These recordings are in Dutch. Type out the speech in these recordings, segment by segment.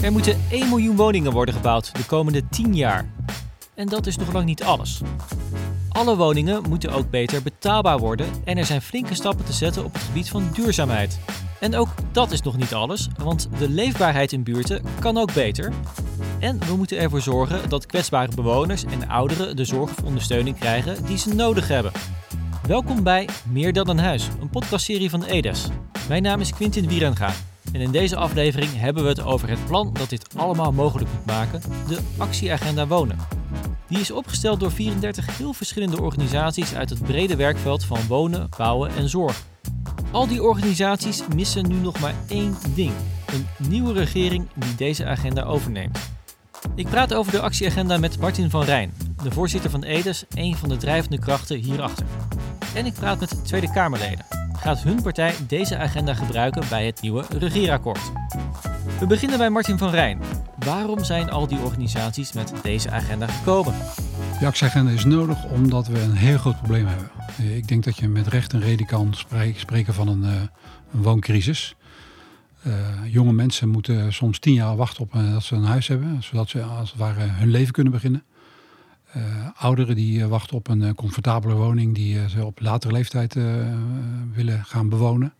Er moeten 1 miljoen woningen worden gebouwd de komende 10 jaar. En dat is nog lang niet alles. Alle woningen moeten ook beter betaalbaar worden en er zijn flinke stappen te zetten op het gebied van duurzaamheid. En ook dat is nog niet alles, want de leefbaarheid in buurten kan ook beter. En we moeten ervoor zorgen dat kwetsbare bewoners en ouderen de zorg of ondersteuning krijgen die ze nodig hebben. Welkom bij Meer dan een huis, een podcastserie van Edes. Mijn naam is Quintin Wierenga en in deze aflevering hebben we het over het plan dat dit allemaal mogelijk moet maken, de Actieagenda Wonen. Die is opgesteld door 34 heel verschillende organisaties uit het brede werkveld van wonen, bouwen en zorg. Al die organisaties missen nu nog maar één ding: een nieuwe regering die deze agenda overneemt. Ik praat over de actieagenda met Martin van Rijn, de voorzitter van Edes, een van de drijvende krachten hierachter. En ik praat met Tweede Kamerleden. Gaat hun partij deze agenda gebruiken bij het nieuwe regeerakkoord? We beginnen bij Martin van Rijn. Waarom zijn al die organisaties met deze agenda gekomen? De actieagenda is nodig omdat we een heel groot probleem hebben. Ik denk dat je met recht en reden kan spreken van een wooncrisis. Jonge mensen moeten soms 10 jaar wachten op dat ze een huis hebben, zodat ze als het ware hun leven kunnen beginnen. Ouderen die wachten op een comfortabele woning die ze op latere leeftijd willen gaan bewonen.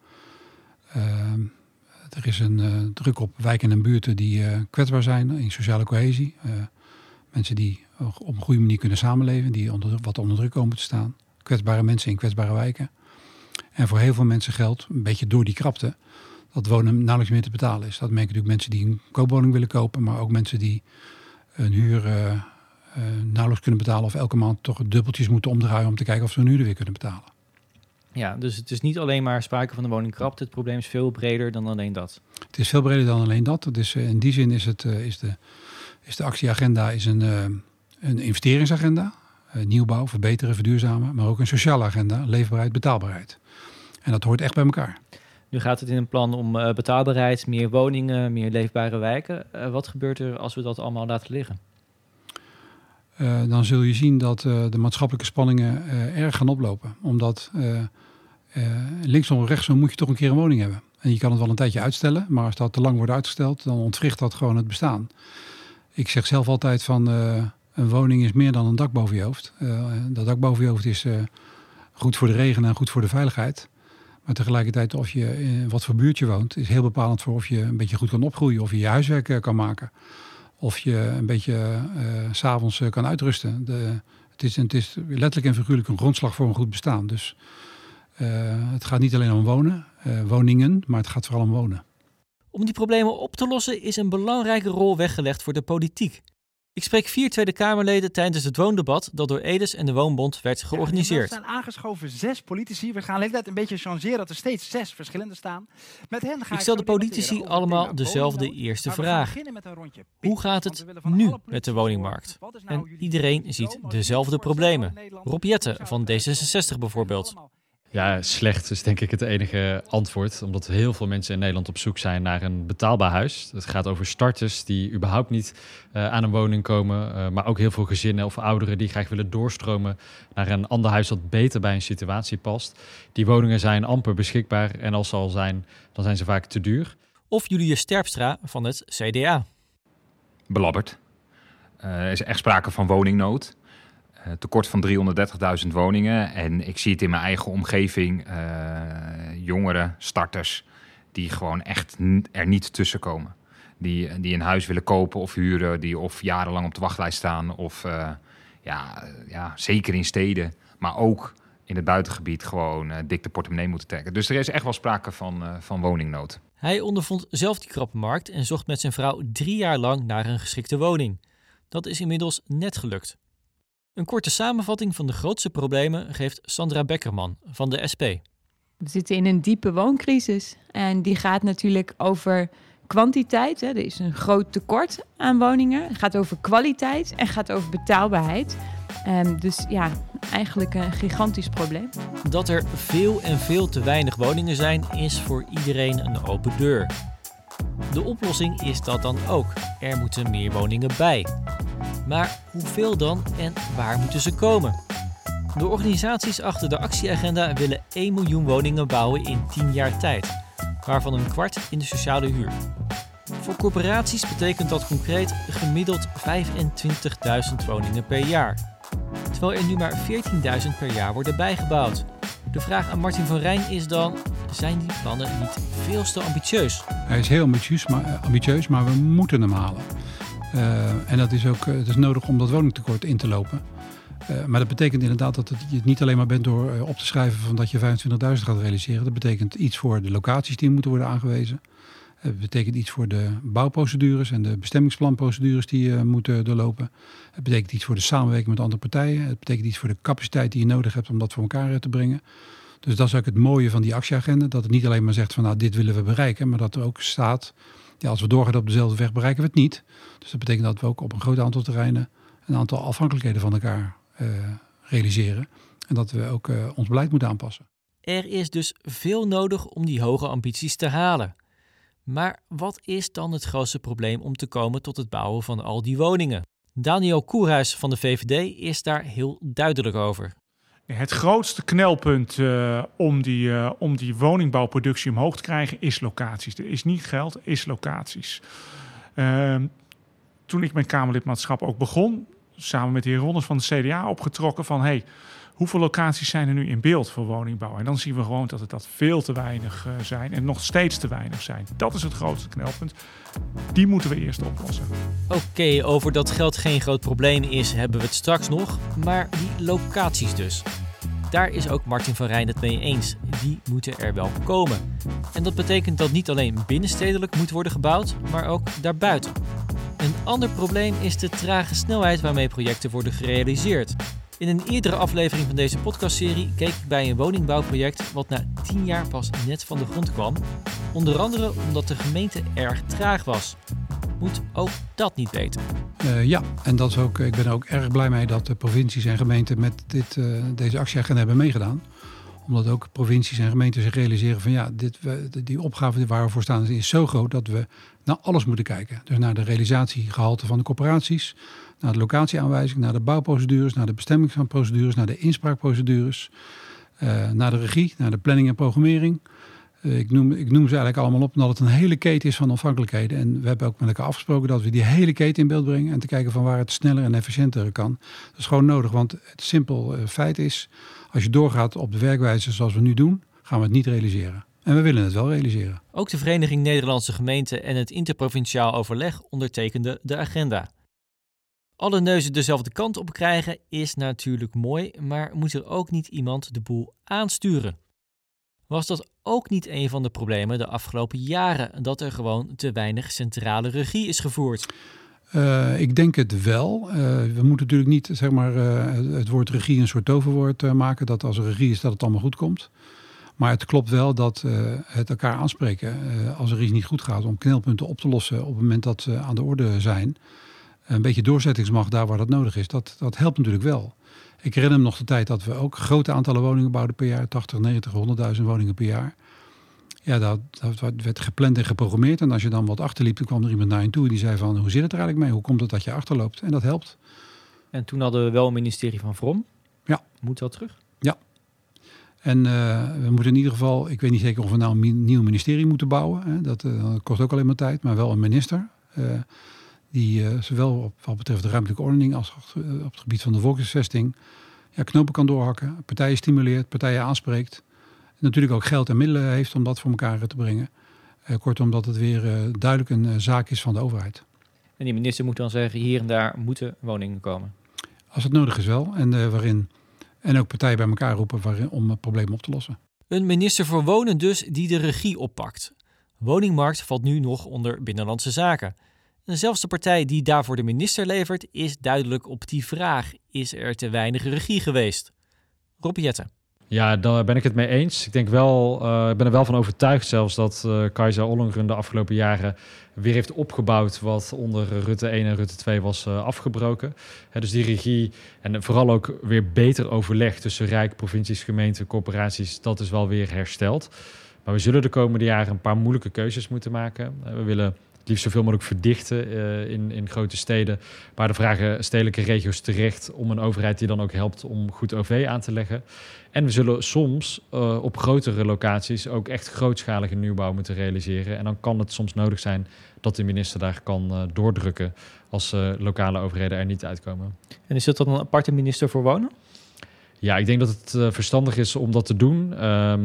Er is een druk op wijken en buurten die kwetsbaar zijn in sociale cohesie. Mensen die op een goede manier kunnen samenleven, die wat onder druk komen te staan. Kwetsbare mensen in kwetsbare wijken. En voor heel veel mensen geldt, een beetje door die krapte, dat wonen nauwelijks meer te betalen is. Dat merken natuurlijk mensen die een koopwoning willen kopen, maar ook mensen die een huur nauwelijks kunnen betalen of elke maand toch dubbeltjes moeten omdraaien om te kijken of ze hun huur weer kunnen betalen. Ja, dus het is niet alleen maar sprake van de woningkrapte. Het probleem is veel breder dan alleen dat. Het is veel breder dan alleen dat. Dus in die zin is de actieagenda een investeringsagenda. Nieuwbouw, verbeteren, verduurzamen. Maar ook een sociale agenda, leefbaarheid, betaalbaarheid. En dat hoort echt bij elkaar. Nu gaat het in een plan om betaalbaarheid, meer woningen, meer leefbare wijken. Wat gebeurt er als we dat allemaal laten liggen? Dan zul je zien dat de maatschappelijke spanningen erg gaan oplopen. Omdat linksom of rechtsom moet je toch een keer een woning hebben. En je kan het wel een tijdje uitstellen, maar als dat te lang wordt uitgesteld, dan ontwricht dat gewoon het bestaan. Ik zeg zelf altijd van een woning is meer dan een dak boven je hoofd. Dat dak boven je hoofd is goed voor de regen en goed voor de veiligheid. Maar tegelijkertijd of je in wat voor buurt je woont, is heel bepalend voor of je een beetje goed kan opgroeien, of je je huiswerk kan maken. Of je een beetje 's avonds kan uitrusten. Het is letterlijk en figuurlijk een grondslag voor een goed bestaan. Dus het gaat niet alleen om woningen, maar het gaat vooral om wonen. Om die problemen op te lossen is een belangrijke rol weggelegd voor de politiek. Ik spreek 4 Tweede Kamerleden tijdens het woondebat dat door Edes en de Woonbond werd georganiseerd. Er staan aangeschoven 6 politici. We gaan de hele tijd een beetje changeren dat er steeds 6 verschillende staan. Met hen ga ik stel de politici allemaal dezelfde eerste vraag. Hoe gaat het nu met de woningmarkt? En iedereen ziet dezelfde problemen. Rob Jetten van D66 bijvoorbeeld. Ja, slecht is denk ik het enige antwoord. Omdat heel veel mensen in Nederland op zoek zijn naar een betaalbaar huis. Het gaat over starters die überhaupt niet aan een woning komen. Maar ook heel veel gezinnen of ouderen die graag willen doorstromen naar een ander huis dat beter bij hun situatie past. Die woningen zijn amper beschikbaar en als ze al zijn, dan zijn ze vaak te duur. Of Julius Terpstra van het CDA. Belabberd. Er is echt sprake van woningnood. Tekort van 330.000 woningen. En ik zie het in mijn eigen omgeving. Jongeren, starters, die gewoon echt er niet tussen komen. Die een huis willen kopen of huren. Die of jarenlang op de wachtlijst staan. Of zeker in steden. Maar ook in het buitengebied gewoon dik de portemonnee moeten trekken. Dus er is echt wel sprake van woningnood. Hij ondervond zelf die krappe markt en zocht met zijn vrouw 3 jaar lang naar een geschikte woning. Dat is inmiddels net gelukt. Een korte samenvatting van de grootste problemen geeft Sandra Beckerman van de SP. We zitten in een diepe wooncrisis en die gaat natuurlijk over kwantiteit. Er is een groot tekort aan woningen. Het gaat over kwaliteit en gaat over betaalbaarheid. Dus ja, eigenlijk een gigantisch probleem. Dat er veel en veel te weinig woningen zijn, is voor iedereen een open deur. De oplossing is dat dan ook. Er moeten meer woningen bij. Maar hoeveel dan en waar moeten ze komen? De organisaties achter de actieagenda willen 1 miljoen woningen bouwen in 10 jaar tijd, waarvan een kwart in de sociale huur. Voor corporaties betekent dat concreet gemiddeld 25.000 woningen per jaar. Terwijl er nu maar 14.000 per jaar worden bijgebouwd. De vraag aan Martin van Rijn is dan, zijn die plannen niet veel te ambitieus? Hij is heel ambitieus, maar we moeten hem halen. En dat is ook het is nodig om dat woningtekort in te lopen. Maar dat betekent inderdaad dat je het niet alleen maar bent door op te schrijven van dat je 25.000 gaat realiseren. Dat betekent iets voor de locaties die moeten worden aangewezen. Het betekent iets voor de bouwprocedures en de bestemmingsplanprocedures die moeten doorlopen. Het betekent iets voor de samenwerking met andere partijen. Het betekent iets voor de capaciteit die je nodig hebt om dat voor elkaar te brengen. Dus dat is ook het mooie van die actieagenda. Dat het niet alleen maar zegt van nou dit willen we bereiken. Maar dat er ook staat, ja, als we doorgaan op dezelfde weg bereiken we het niet. Dus dat betekent dat we ook op een groot aantal terreinen een aantal afhankelijkheden van elkaar realiseren. En dat we ook ons beleid moeten aanpassen. Er is dus veel nodig om die hoge ambities te halen. Maar wat is dan het grootste probleem om te komen tot het bouwen van al die woningen? Daniel Koerhuis van de VVD is daar heel duidelijk over. Het grootste knelpunt om die woningbouwproductie omhoog te krijgen is locaties. Er is niet geld, is locaties. Toen ik mijn Kamerlidmaatschap ook begon, samen met de heer Ronders van de CDA opgetrokken van hoeveel locaties zijn er nu in beeld voor woningbouw? En dan zien we gewoon dat dat veel te weinig zijn en nog steeds te weinig zijn. Dat is het grootste knelpunt. Die moeten we eerst oplossen. Oké, over dat geld geen groot probleem is, hebben we het straks nog. Maar die locaties dus. Daar is ook Martin van Rijn het mee eens. Die moeten er wel komen. En dat betekent dat niet alleen binnenstedelijk moet worden gebouwd, maar ook daarbuiten. Een ander probleem is de trage snelheid waarmee projecten worden gerealiseerd. In een eerdere aflevering van deze podcastserie keek ik bij een woningbouwproject wat na 10 jaar pas net van de grond kwam. Onder andere omdat de gemeente erg traag was. Moet ook dat niet beter? Ja, en dat is ook, ik ben er ook erg blij mee dat de provincies en gemeenten met deze actieagenda hebben meegedaan. Omdat ook provincies en gemeenten zich realiseren van ja, die opgave waar we voor staan is zo groot dat we naar alles moeten kijken. Dus naar de realisatiegehalte van de corporaties, naar de locatieaanwijzing, naar de bouwprocedures, naar de bestemmingsprocedures, naar de inspraakprocedures, naar de regie, naar de planning en programmering. Ik noem ze eigenlijk allemaal op omdat het een hele keten is van afhankelijkheden. En we hebben ook met elkaar afgesproken dat we die hele keten in beeld brengen en te kijken van waar het sneller en efficiënter kan. Dat is gewoon nodig, want het simpel feit is, als je doorgaat op de werkwijze zoals we nu doen, gaan we het niet realiseren. En we willen het wel realiseren. Ook de Vereniging Nederlandse Gemeenten en het Interprovinciaal Overleg ondertekenden de agenda. Alle neuzen dezelfde kant op krijgen is natuurlijk mooi, maar moet er ook niet iemand de boel aansturen? Was dat ook niet een van de problemen de afgelopen jaren, dat er gewoon te weinig centrale regie is gevoerd? Ik denk het wel. We moeten natuurlijk niet het woord regie een soort toverwoord maken. Dat als er regie is dat het allemaal goed komt. Maar het klopt wel dat het elkaar aanspreken als er iets niet goed gaat om knelpunten op te lossen op het moment dat ze aan de orde zijn. Een beetje doorzettingsmacht daar waar dat nodig is. Dat helpt natuurlijk wel. Ik herinner me nog de tijd dat we ook grote aantallen woningen bouwden per jaar. 80, 90, 100.000 woningen per jaar. Ja, dat werd gepland en geprogrammeerd. En als je dan wat achterliep, dan kwam er iemand naar je toe en die zei van, hoe zit het er eigenlijk mee? Hoe komt het dat je achterloopt? En dat helpt. En toen hadden we wel een ministerie van Vrom. Ja. Moet dat terug? Ja. En we moeten in ieder geval, ik weet niet zeker of we nou een nieuw ministerie moeten bouwen. Hè. Dat kost ook alleen maar tijd. Maar wel een minister. Die zowel op wat betreft de ruimtelijke ordening als op het gebied van de volkshuisvesting knopen kan doorhakken. Partijen stimuleert, partijen aanspreekt. Natuurlijk ook geld en middelen heeft om dat voor elkaar te brengen. Kortom, dat het weer duidelijk een zaak is van de overheid. En die minister moet dan zeggen, hier en daar moeten woningen komen? Als het nodig is wel. En ook partijen bij elkaar roepen om het probleem op te lossen. Een minister voor Wonen dus die de regie oppakt. Woningmarkt valt nu nog onder Binnenlandse Zaken. En zelfs de partij die daarvoor de minister levert is duidelijk op die vraag. Is er te weinig regie geweest? Rob Jetten. Ja, daar ben ik het mee eens. Ik denk wel, ik ben er wel van overtuigd zelfs dat Kajsa Ollongren de afgelopen jaren weer heeft opgebouwd wat onder Rutte 1 en Rutte 2 was afgebroken. Dus die regie en vooral ook weer beter overleg tussen Rijk, provincies, gemeenten, corporaties, dat is wel weer hersteld. Maar we zullen de komende jaren een paar moeilijke keuzes moeten maken. We willen het liefst zoveel mogelijk verdichten in grote steden. Maar de vragen stedelijke regio's terecht om een overheid die dan ook helpt om goed OV aan te leggen. En we zullen soms op grotere locaties ook echt grootschalige nieuwbouw moeten realiseren. En dan kan het soms nodig zijn dat de minister daar kan doordrukken als lokale overheden er niet uitkomen. En is dat dan een aparte minister voor wonen? Ja, ik denk dat het verstandig is om dat te doen.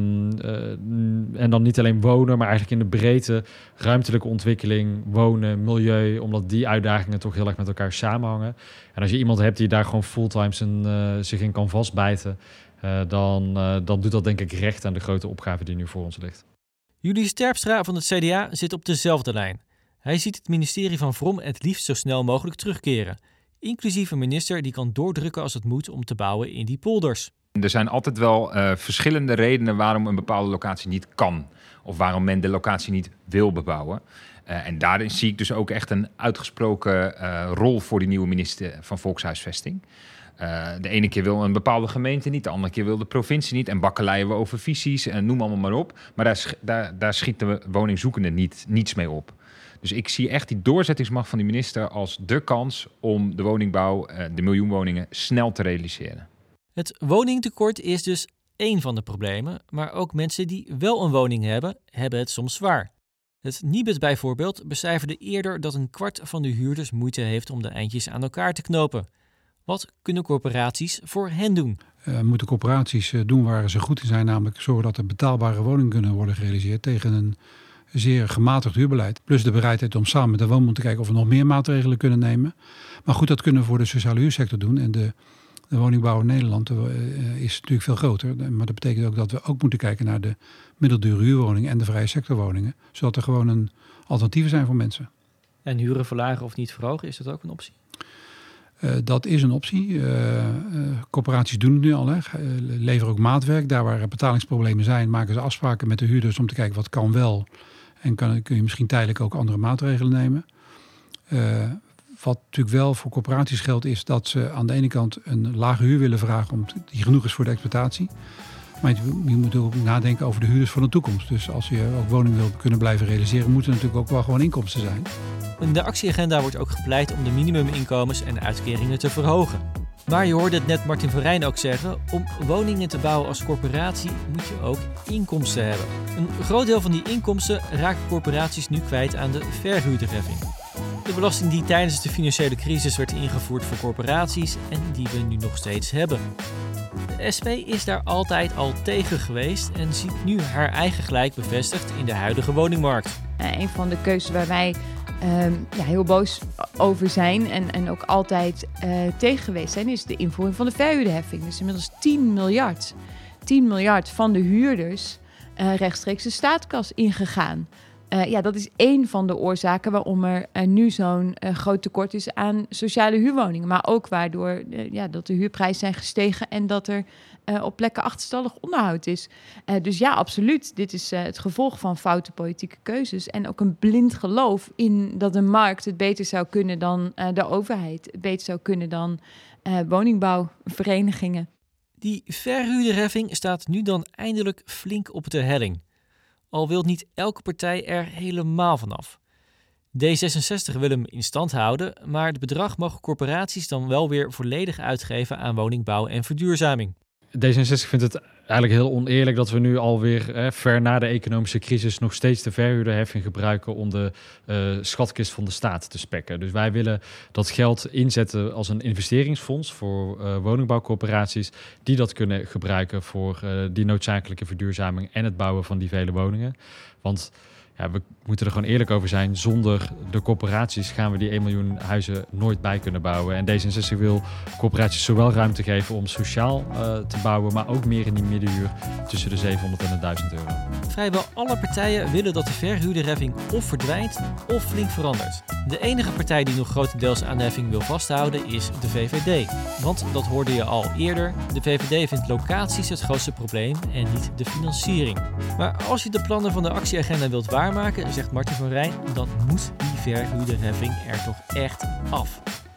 En dan niet alleen wonen, maar eigenlijk in de breedte ruimtelijke ontwikkeling, wonen, milieu, omdat die uitdagingen toch heel erg met elkaar samenhangen. En als je iemand hebt die daar gewoon fulltime zich in kan vastbijten, dan doet dat denk ik recht aan de grote opgave die nu voor ons ligt. Julius Terpstra van het CDA zit op dezelfde lijn. Hij ziet het ministerie van Vrom het liefst zo snel mogelijk terugkeren. Inclusief een minister die kan doordrukken als het moet om te bouwen in die polders. Er zijn altijd wel verschillende redenen waarom een bepaalde locatie niet kan. Of waarom men de locatie niet wil bebouwen. En daarin zie ik dus ook echt een uitgesproken rol voor die nieuwe minister van Volkshuisvesting. De ene keer wil een bepaalde gemeente niet, de andere keer wil de provincie niet. En bakkeleien we over visies en noem allemaal maar op. Maar daar schiet de woningzoekende niets mee op. Dus ik zie echt die doorzettingsmacht van die minister als de kans om de woningbouw, de miljoenwoningen, snel te realiseren. Het woningtekort is dus één van de problemen, maar ook mensen die wel een woning hebben het soms zwaar. Het Nibud bijvoorbeeld becijferde eerder dat 1/4 van de huurders moeite heeft om de eindjes aan elkaar te knopen. Wat kunnen corporaties voor hen doen? Moeten corporaties doen waar ze goed in zijn, namelijk zorgen dat er betaalbare woningen kunnen worden gerealiseerd tegen een zeer gematigd huurbeleid. Plus de bereidheid om samen met de woonbond te kijken of we nog meer maatregelen kunnen nemen. Maar goed, dat kunnen we voor de sociale huursector doen. En de woningbouw in Nederland is natuurlijk veel groter. Maar dat betekent ook dat we ook moeten kijken naar de middeldure huurwoningen en de vrije sectorwoningen. Zodat er gewoon een alternatieven zijn voor mensen. En huren verlagen of niet verhogen, is dat ook een optie? Dat is een optie. Corporaties doen het nu al. Leveren ook maatwerk. Daar waar er betalingsproblemen zijn, maken ze afspraken met de huurders om te kijken wat kan wel. En kun je misschien tijdelijk ook andere maatregelen nemen. Wat natuurlijk wel voor corporaties geldt, is dat ze aan de ene kant een lage huur willen vragen die genoeg is voor de exploitatie. Maar je moet ook nadenken over de huurders van de toekomst. Dus als je ook woningen wil kunnen blijven realiseren, moeten er natuurlijk ook wel gewoon inkomsten zijn. In de actieagenda wordt ook gepleit om de minimuminkomens en uitkeringen te verhogen. Maar je hoorde het net Martin van Rijn ook zeggen, om woningen te bouwen als corporatie moet je ook inkomsten hebben. Een groot deel van die inkomsten raken corporaties nu kwijt aan de verhuurderheffing. De belasting die tijdens de financiële crisis werd ingevoerd voor corporaties en die we nu nog steeds hebben. De SP is daar altijd al tegen geweest en ziet nu haar eigen gelijk bevestigd in de huidige woningmarkt. Een van de keuzes waar wij heel boos over zijn en ook altijd tegen geweest zijn, is de invoering van de verhuurderheffing. Dus inmiddels 10 miljard. 10 miljard van de huurders rechtstreeks de staatskas ingegaan. Dat is één van de oorzaken waarom er nu zo'n groot tekort is aan sociale huurwoningen. Maar ook waardoor dat de huurprijzen zijn gestegen en dat er op plekken achterstallig onderhoud is. Dus ja, absoluut. Dit is het gevolg van foute politieke keuzes. En ook een blind geloof in dat de markt het beter zou kunnen dan de overheid. Het beter zou kunnen dan woningbouwverenigingen. Die verhuurderheffing staat nu dan eindelijk flink op de helling. Al wil niet elke partij er helemaal vanaf. D66 wil hem in stand houden, maar het bedrag mogen corporaties dan wel weer volledig uitgeven aan woningbouw en verduurzaming. D66 vindt het eigenlijk heel oneerlijk dat we nu alweer ver na de economische crisis nog steeds de verhuurderheffing gebruiken om de schatkist van de staat te spekken. Dus wij willen dat geld inzetten als een investeringsfonds voor woningbouwcorporaties die dat kunnen gebruiken voor die noodzakelijke verduurzaming en het bouwen van die vele woningen. Want we moeten er gewoon eerlijk over zijn. Zonder de corporaties gaan we die 1 miljoen huizen nooit bij kunnen bouwen. En D66 wil corporaties zowel ruimte geven om sociaal te bouwen, maar ook meer in die middenhuur tussen de 700 en de 1000 euro. Vrijwel alle partijen willen dat de verhuurderheffing of verdwijnt of flink verandert. De enige partij die nog grotendeels aan de heffing wil vasthouden is de VVD. Want, dat hoorde je al eerder, de VVD vindt locaties het grootste probleem en niet de financiering. Maar als je de plannen van de actieagenda wilt waarmaken, zegt Martin van Rijn, dan moet die verhuurderheffing er toch echt af.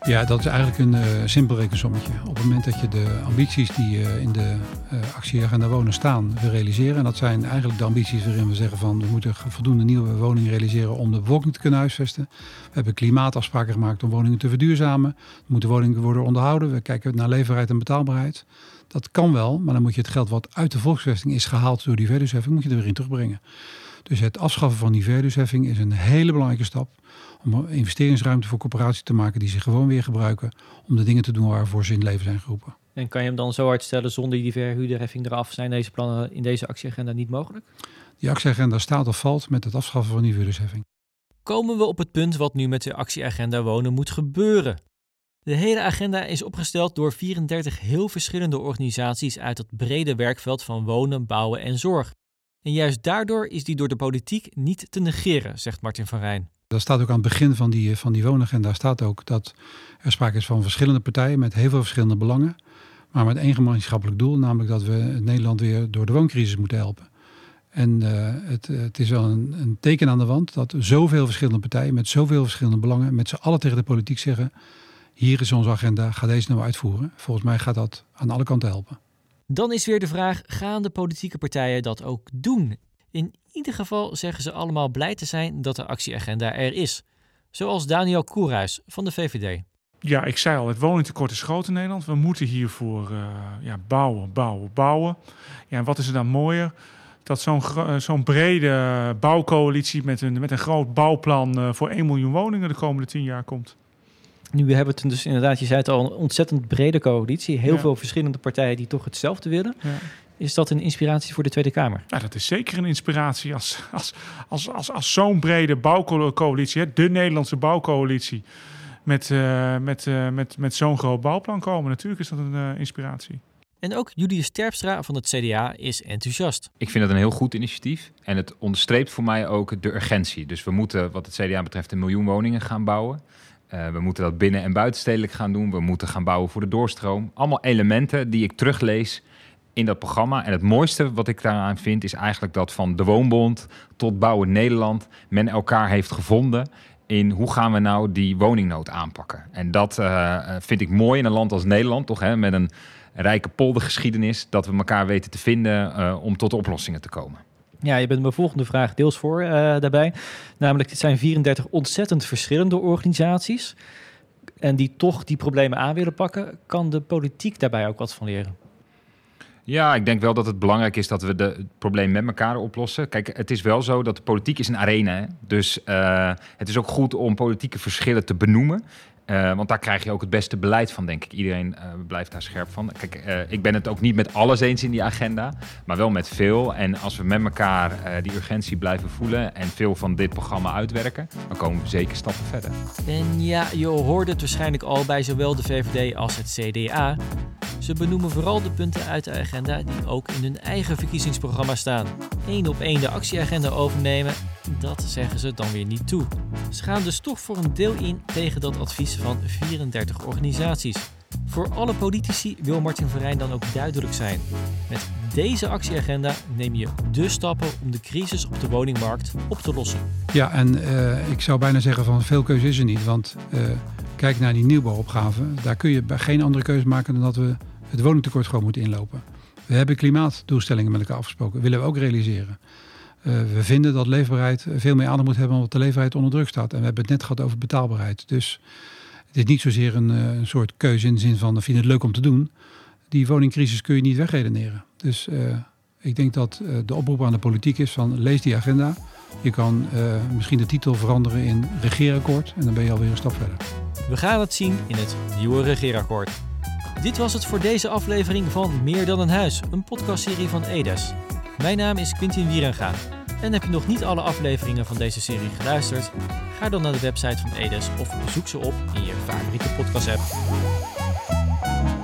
Ja, dat is eigenlijk een simpel rekensommetje. Op het moment dat je de ambities die in de actieagenda wonen staan wil realiseren. En dat zijn eigenlijk de ambities waarin we zeggen van we moeten voldoende nieuwe woningen realiseren om de bevolking te kunnen huisvesten. We hebben klimaatafspraken gemaakt om woningen te verduurzamen. Er moeten woningen worden onderhouden. We kijken naar leefbaarheid en betaalbaarheid. Dat kan wel, maar dan moet je het geld wat uit de volksvesting is gehaald door die verhuurdersheffing, moet je er weer in terugbrengen. Dus het afschaffen van die verhuurdersheffing is een hele belangrijke stap om investeringsruimte voor corporaties te maken die zich gewoon weer gebruiken om de dingen te doen waarvoor ze in het leven zijn geroepen. En kan je hem dan zo hard stellen zonder die verhuurderheffing eraf? Zijn deze plannen in deze actieagenda niet mogelijk? Die actieagenda staat of valt met het afschaffen van die verhuurdersheffing. Komen we op het punt wat nu met de actieagenda wonen moet gebeuren. De hele agenda is opgesteld door 34 heel verschillende organisaties uit het brede werkveld van wonen, bouwen en zorg. En juist daardoor is die door de politiek niet te negeren, zegt Martin van Rijn. Dat staat ook aan het begin van die woonagenda staat ook dat er sprake is van verschillende partijen met heel veel verschillende belangen. Maar met één gemeenschappelijk doel, namelijk dat we Nederland weer door de wooncrisis moeten helpen. En het is wel een teken aan de wand dat zoveel verschillende partijen met zoveel verschillende belangen met z'n allen tegen de politiek zeggen, hier is onze agenda, ga deze nou uitvoeren. Volgens mij gaat dat aan alle kanten helpen. Dan is weer de vraag, gaan de politieke partijen dat ook doen? In ieder geval zeggen ze allemaal blij te zijn dat de actieagenda er is. Zoals Daniel Koerhuis van de VVD. Ja, ik zei al, het woningtekort is groot in Nederland. We moeten hiervoor bouwen. Ja, en wat is er dan mooier? Dat zo'n brede bouwcoalitie met een groot bouwplan voor 1 miljoen woningen de komende 10 jaar komt. Nu hebben we het dus inderdaad, je zei het al, een ontzettend brede coalitie. Heel veel verschillende partijen die toch hetzelfde willen. Ja. Is dat een inspiratie voor de Tweede Kamer? Ja, dat is zeker een inspiratie als zo'n brede bouwcoalitie, de Nederlandse bouwcoalitie, met zo'n groot bouwplan komen. Natuurlijk is dat een inspiratie. En ook Julius Terpstra van het CDA is enthousiast. Ik vind het een heel goed initiatief. En het onderstreept voor mij ook de urgentie. Dus we moeten wat het CDA betreft 1 miljoen woningen gaan bouwen. We moeten dat binnen- en buitenstedelijk gaan doen. We moeten gaan bouwen voor de doorstroom. Allemaal elementen die ik teruglees in dat programma. En het mooiste wat ik daaraan vind is eigenlijk dat van de Woonbond tot Bouwen Nederland men elkaar heeft gevonden in hoe gaan we nou die woningnood aanpakken. En dat vind ik mooi in een land als Nederland, toch, hè, met een rijke poldergeschiedenis, dat we elkaar weten te vinden om tot oplossingen te komen. Ja, je bent mijn volgende vraag deels voor daarbij. Namelijk, dit zijn 34 ontzettend verschillende organisaties en die toch die problemen aan willen pakken. Kan de politiek daarbij ook wat van leren? Ja, ik denk wel dat het belangrijk is dat we het probleem met elkaar oplossen. Kijk, het is wel zo dat de politiek is een arena. Hè? Dus het is ook goed om politieke verschillen te benoemen. Want daar krijg je ook het beste beleid van, denk ik. Iedereen blijft daar scherp van. Kijk, ik ben het ook niet met alles eens in die agenda, maar wel met veel. En als we met elkaar die urgentie blijven voelen en veel van dit programma uitwerken, dan komen we zeker stappen verder. En ja, je hoorde het waarschijnlijk al bij zowel de VVD als het CDA. Ze benoemen vooral de punten uit de agenda die ook in hun eigen verkiezingsprogramma staan. 1 op 1 de actieagenda overnemen, dat zeggen ze dan weer niet toe. Ze gaan dus toch voor een deel in tegen dat advies van 34 organisaties. Voor alle politici wil Martin van Rijn dan ook duidelijk zijn. Met deze actieagenda neem je de stappen om de crisis op de woningmarkt op te lossen. Ja, en ik zou bijna zeggen van veel keuze is er niet. Want kijk naar die nieuwbouwopgave. Daar kun je geen andere keuze maken dan dat we het woningtekort gewoon moeten inlopen. We hebben klimaatdoelstellingen met elkaar afgesproken. Dat willen we ook realiseren. We vinden dat leefbaarheid veel meer aandacht moet hebben omdat de leefbaarheid onder druk staat. En we hebben het net gehad over betaalbaarheid. Dus het is niet zozeer een soort keuze in de zin van, vind je het leuk om te doen. Die woningcrisis kun je niet wegredeneren. Dus ik denk dat de oproep aan de politiek is van, lees die agenda. Je kan misschien de titel veranderen in regeerakkoord en dan ben je alweer een stap verder. We gaan het zien in het nieuwe regeerakkoord. Dit was het voor deze aflevering van Meer dan een huis, een podcastserie van Edes. Mijn naam is Quintin Wierenga. En heb je nog niet alle afleveringen van deze serie geluisterd? Ga dan naar de website van Edes of zoek ze op in je favoriete podcast app.